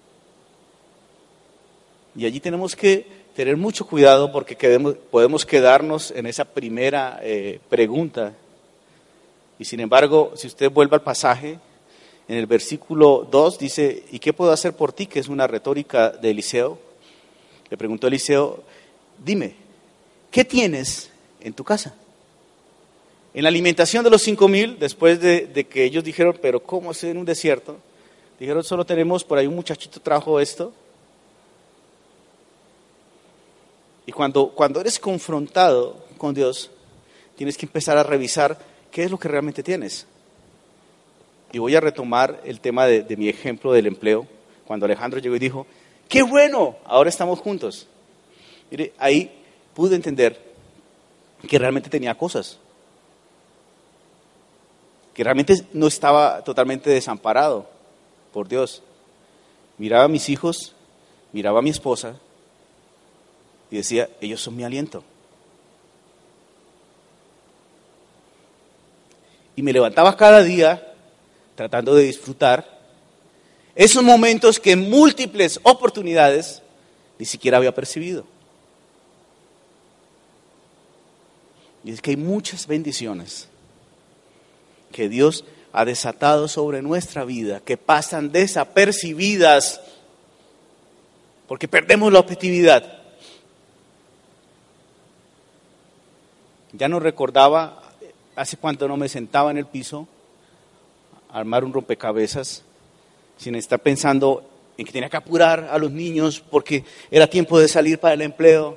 Y allí tenemos que tener mucho cuidado porque quedemos, podemos quedarnos en esa primera eh, pregunta. Y sin embargo, si usted vuelve al pasaje, en el versículo dos dice, ¿y qué puedo hacer por ti? Que es una retórica de Eliseo. Le preguntó Eliseo, dime, ¿qué tienes en tu casa? En la alimentación de los cinco mil, después de, de que ellos dijeron, pero ¿cómo es en un desierto? Dijeron, solo tenemos, por ahí un muchachito trajo esto. Y cuando, cuando eres confrontado con Dios, tienes que empezar a revisar qué es lo que realmente tienes. Y voy a retomar el tema de, de mi ejemplo del empleo, cuando Alejandro llegó y dijo, ¡qué bueno! Ahora estamos juntos. Mire, ahí pude entender que realmente tenía cosas, que realmente no estaba totalmente desamparado por Dios. Miraba a mis hijos, miraba a mi esposa y decía, ellos son mi aliento. Y me levantaba cada día tratando de disfrutar esos momentos que en múltiples oportunidades ni siquiera había percibido. Y es que hay muchas bendiciones que Dios ha desatado sobre nuestra vida, que pasan desapercibidas, porque perdemos la objetividad. Ya no recordaba hace cuánto no me sentaba en el piso a armar un rompecabezas sin estar pensando en que tenía que apurar a los niños porque era tiempo de salir para el empleo.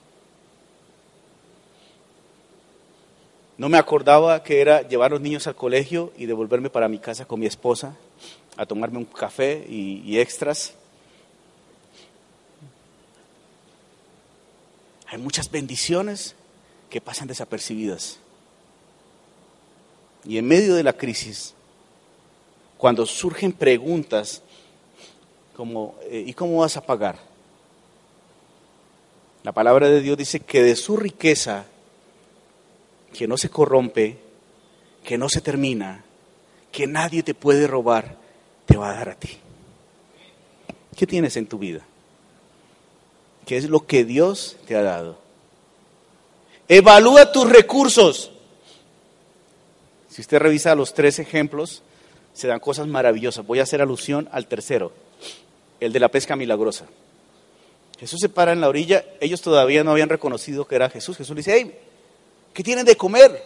No me acordaba que era llevar a los niños al colegio y devolverme para mi casa con mi esposa a tomarme un café y, y extras. Hay muchas bendiciones que pasan desapercibidas. Y en medio de la crisis, cuando surgen preguntas como eh, ¿y cómo vas a pagar? La palabra de Dios dice que de su riqueza, que no se corrompe, que no se termina, que nadie te puede robar, te va a dar a ti. ¿Qué tienes en tu vida? ¿Qué es lo que Dios te ha dado? Evalúa tus recursos. Si usted revisa los tres ejemplos, se dan cosas maravillosas. Voy a hacer alusión al tercero, el de la pesca milagrosa. Jesús se para en la orilla, ellos todavía no habían reconocido que era Jesús. Jesús le dice, hey, ¿qué tienen de comer?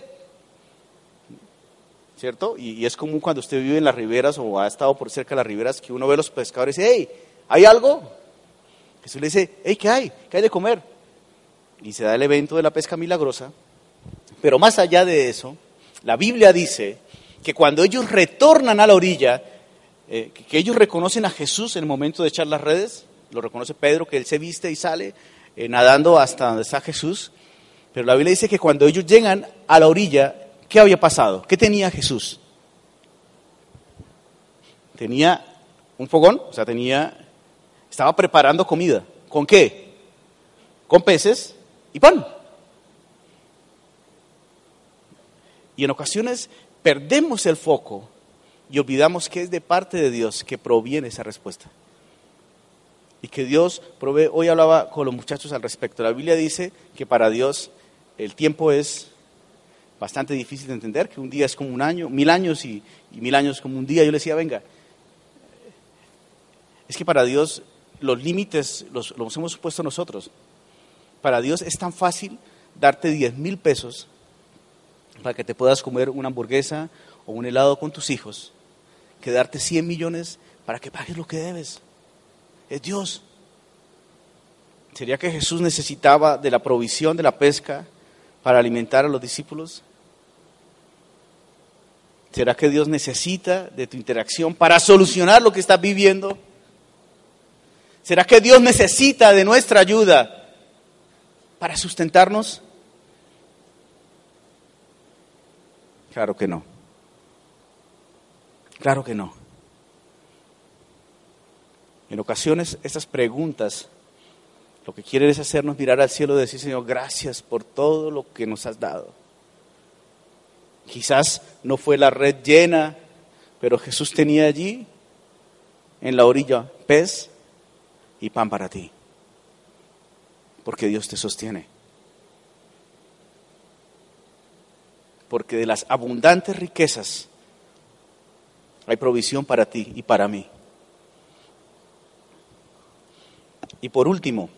¿Cierto? Y, y es común cuando usted vive en las riberas o ha estado por cerca de las riberas que uno ve a los pescadores y dice, hey, ¿hay algo? Jesús le dice, hey, ¿qué hay? ¿Qué hay de comer? Y se da el evento de la pesca milagrosa. Pero más allá de eso, la Biblia dice que cuando ellos retornan a la orilla, eh, que, que ellos reconocen a Jesús en el momento de echar las redes, lo reconoce Pedro, que él se viste y sale eh, nadando hasta donde está Jesús. Pero la Biblia dice que cuando ellos llegan a la orilla, ¿qué había pasado? ¿Qué tenía Jesús? Tenía un fogón, o sea, tenía, estaba preparando comida. ¿Con qué? Con peces y pan. Y en ocasiones perdemos el foco y olvidamos que es de parte de Dios que proviene esa respuesta. Y que Dios provee. Hoy hablaba con los muchachos al respecto. La Biblia dice que para Dios el tiempo es bastante difícil de entender, que un día es como un año, mil años y, y mil años como un día. Yo le decía, venga, es que para Dios los límites los, los hemos puesto nosotros. Para Dios es tan fácil darte diez mil pesos para que te puedas comer una hamburguesa o un helado con tus hijos, que darte cien millones para que pagues lo que debes. Es Dios. ¿Sería que Jesús necesitaba de la provisión de la pesca para alimentar a los discípulos? ¿Será que Dios necesita de tu interacción para solucionar lo que estás viviendo? ¿Será que Dios necesita de nuestra ayuda para sustentarnos? Claro que no. Claro que no. En ocasiones estas preguntas lo que quieren es hacernos mirar al cielo y decir, Señor, gracias por todo lo que nos has dado. Quizás no fue la red llena, pero Jesús tenía allí en la orilla pez y pan para ti, porque Dios te sostiene. Porque de las abundantes riquezas hay provisión para ti y para mí. Y por último,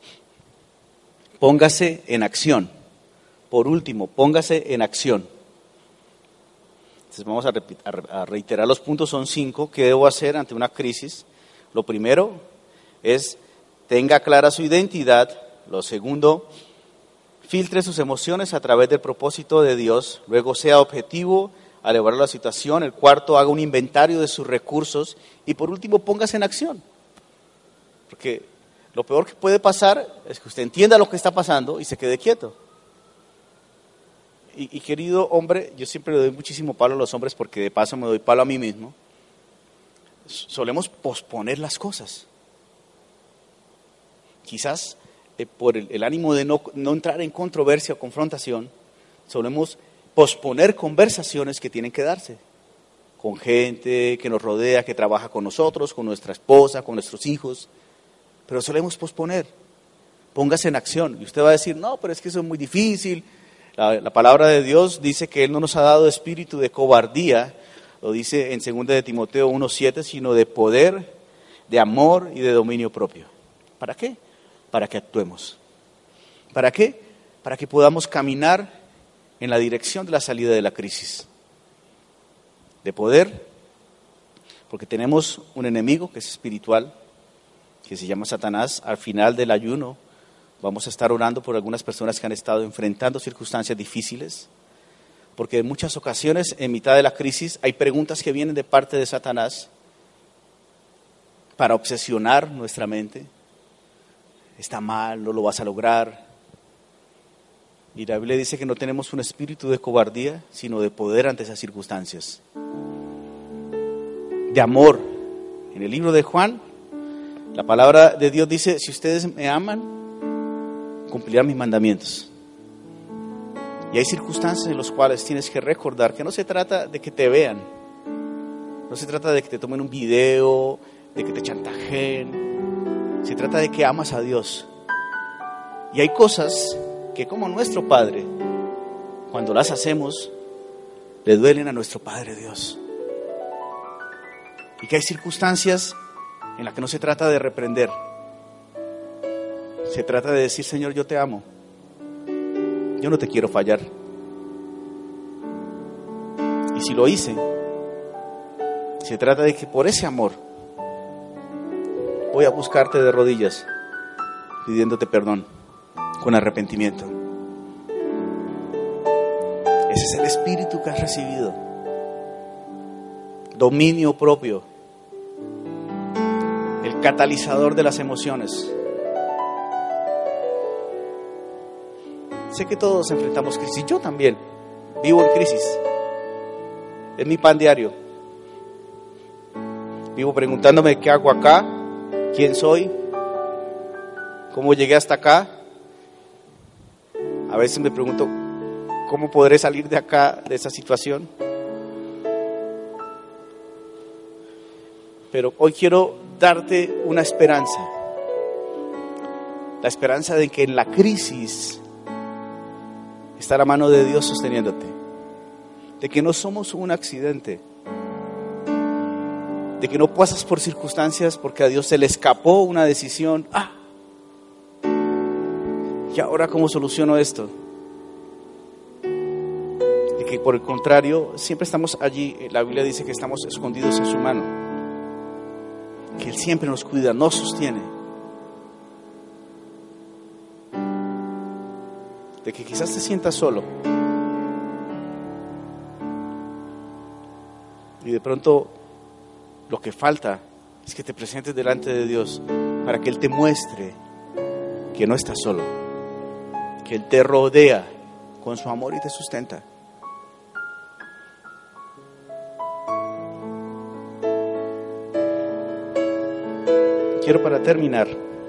póngase en acción. Por último, póngase en acción. Entonces vamos a, repetir, a reiterar los puntos, son cinco. ¿Qué debo hacer ante una crisis? Lo primero es, tenga clara su identidad. Lo segundo, filtre sus emociones a través del propósito de Dios. Luego, sea objetivo al evaluar la situación. El cuarto, haga un inventario de sus recursos. Y por último, póngase en acción. Porque lo peor que puede pasar es que usted entienda lo que está pasando y se quede quieto. Y, y querido hombre, yo siempre le doy muchísimo palo a los hombres porque de paso me doy palo a mí mismo. Solemos posponer las cosas. Quizás eh, por el, el ánimo de no, no entrar en controversia o confrontación, solemos posponer conversaciones que tienen que darse con gente que nos rodea, que trabaja con nosotros, con nuestra esposa, con nuestros hijos. Pero solemos posponer. Póngase en acción. Y usted va a decir, no, pero es que eso es muy difícil. La, la palabra de Dios dice que Él no nos ha dado espíritu de cobardía, lo dice en segunda de Timoteo uno siete, sino de poder, de amor y de dominio propio. ¿Para qué? Para que actuemos. ¿Para qué? Para que podamos caminar en la dirección de la salida de la crisis. De poder, porque tenemos un enemigo que es espiritual, que se llama Satanás. Al final del ayuno vamos a estar orando por algunas personas que han estado enfrentando circunstancias difíciles, porque en muchas ocasiones, en mitad de la crisis, hay preguntas que vienen de parte de Satanás para obsesionar nuestra mente. Está mal, no lo vas a lograr. Y la Biblia dice que no tenemos un espíritu de cobardía, sino de poder ante esas circunstancias. De amor. En el libro de Juan, la palabra de Dios dice, si ustedes me aman, cumplirán mis mandamientos. Y hay circunstancias en las cuales tienes que recordar que no se trata de que te vean, no se trata de que te tomen un video, de que te chantajeen, se trata de que amas a Dios. Y hay cosas que como nuestro Padre, cuando las hacemos, le duelen a nuestro Padre Dios. Y que hay circunstancias en las que no se trata de reprender, se trata de decir, Señor, yo te amo, yo no te quiero fallar. Y si lo hice, se trata de que por ese amor voy a buscarte de rodillas, pidiéndote perdón, con arrepentimiento. Ese es el espíritu que has recibido. Dominio propio. El catalizador de las emociones. Sé que todos enfrentamos crisis, yo también vivo en crisis, es mi pan diario. Vivo preguntándome qué hago acá, quién soy, cómo llegué hasta acá. A veces me pregunto, ¿cómo podré salir de acá, de esa situación? Pero hoy quiero darte una esperanza, la esperanza de que en la crisis está la mano de Dios sosteniéndote, de que no somos un accidente, de que no pasas por circunstancias porque a Dios se le escapó una decisión. Ah, ¿y ahora cómo soluciono esto? De que por el contrario, siempre estamos allí. La Biblia dice que estamos escondidos en su mano, que Él siempre nos cuida, nos sostiene. De que quizás te sientas solo y de pronto lo que falta es que te presentes delante de Dios para que Él te muestre que no estás solo, que Él te rodea con su amor y te sustenta. Quiero, para terminar,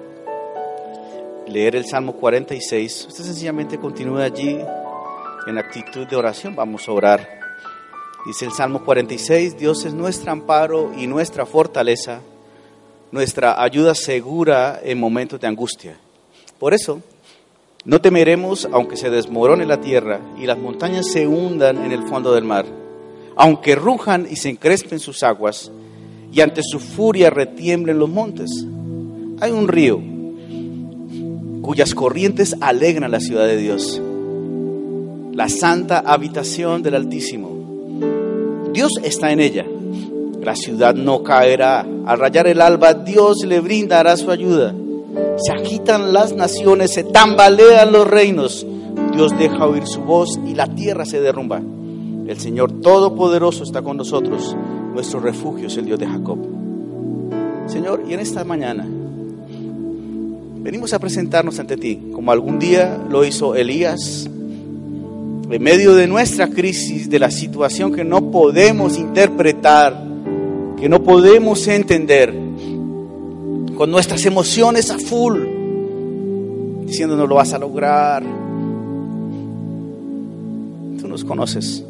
leer el Salmo cuarenta y seis. Usted sencillamente continúa allí en actitud de oración. Vamos a orar. Dice el Salmo cuarenta y seis: Dios es nuestro amparo y nuestra fortaleza, nuestra ayuda segura en momentos de angustia. Por eso, no temeremos aunque se desmorone la tierra y las montañas se hundan en el fondo del mar, aunque rujan y se encrespen sus aguas y ante su furia retiemblen los montes. Hay un río cuyas corrientes alegran la ciudad de Dios, la santa habitación del Altísimo. Dios está en ella, la ciudad no caerá. Al rayar el alba, Dios le brindará su ayuda. Se agitan las naciones, se tambalean los reinos. Dios deja oír su voz y la tierra se derrumba. El Señor Todopoderoso está con nosotros. Nuestro refugio es el Dios de Jacob. Señor, y en esta mañana venimos a presentarnos ante ti, como algún día lo hizo Elías, en medio de nuestra crisis, de la situación que no podemos interpretar, que no podemos entender, con nuestras emociones a full, diciendo no lo vas a lograr. Tú nos conoces.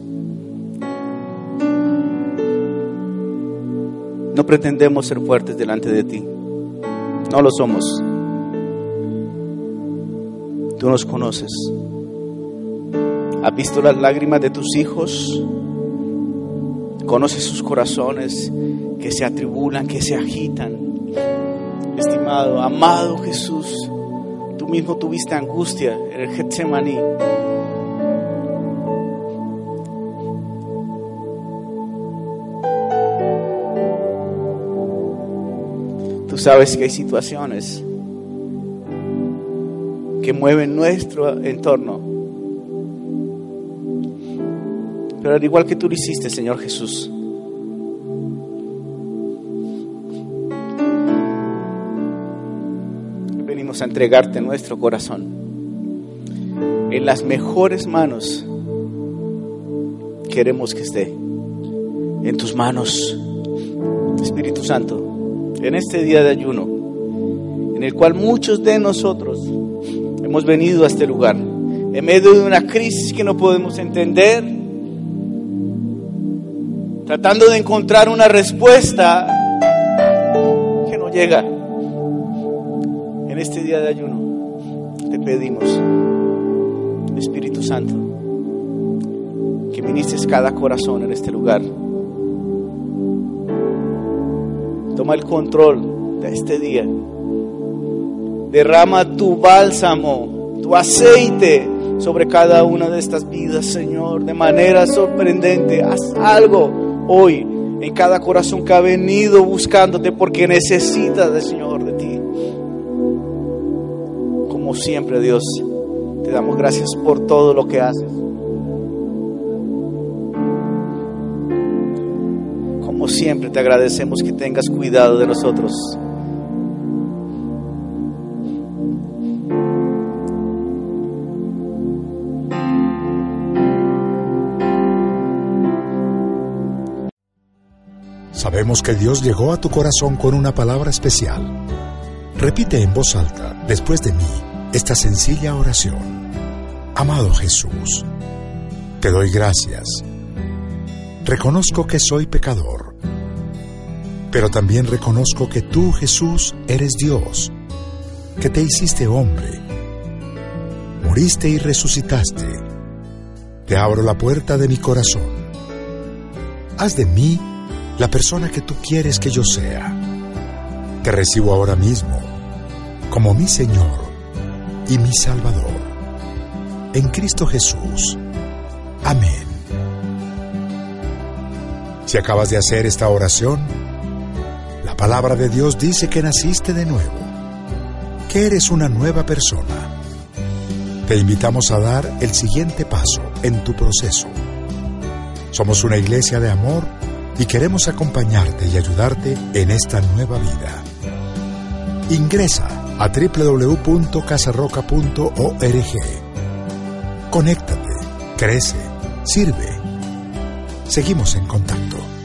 No pretendemos ser fuertes delante de ti, no lo somos. Tú nos conoces Has visto las lágrimas de tus hijos. Conoces sus corazones que se atribulan, que se agitan. Estimado, amado Jesús, tú mismo tuviste angustia en el Getsemaní. Tú sabes que hay situaciones que mueven nuestro entorno. Pero al igual que tú lo hiciste, Señor Jesús, venimos a entregarte nuestro corazón en las mejores manos. Queremos que esté en tus manos, Espíritu Santo, en este día de ayuno, en el cual muchos de nosotros hemos venido a este lugar en medio de una crisis que no podemos entender, tratando de encontrar una respuesta que no llega. En este día de ayuno te pedimos, Espíritu Santo, que ministres cada corazón en este lugar. Toma el control de este día. Derrama tu bálsamo, tu aceite sobre cada una de estas vidas, Señor, de manera sorprendente. Haz algo hoy en cada corazón que ha venido buscándote porque necesita del Señor, de ti. Como siempre, Dios, te damos gracias por todo lo que haces. Como siempre, te agradecemos que tengas cuidado de nosotros. Sabemos que Dios llegó a tu corazón con una palabra especial. Repite en voz alta, después de mí, esta sencilla oración. Amado Jesús, te doy gracias. Reconozco que soy pecador, pero también reconozco que tú, Jesús, eres Dios, que te hiciste hombre, moriste y resucitaste. Te abro la puerta de mi corazón. Haz de mí la persona que tú quieres que yo sea. Te recibo ahora mismo como mi Señor y mi Salvador. En Cristo Jesús. Amén. Si acabas de hacer esta oración, la palabra de Dios dice que naciste de nuevo, que eres una nueva persona. Te invitamos a dar el siguiente paso en tu proceso. Somos una iglesia de amor y queremos acompañarte y ayudarte en esta nueva vida. Ingresa a doble u doble u doble u punto casa roca punto org. Conéctate, crece, sirve. Seguimos en contacto.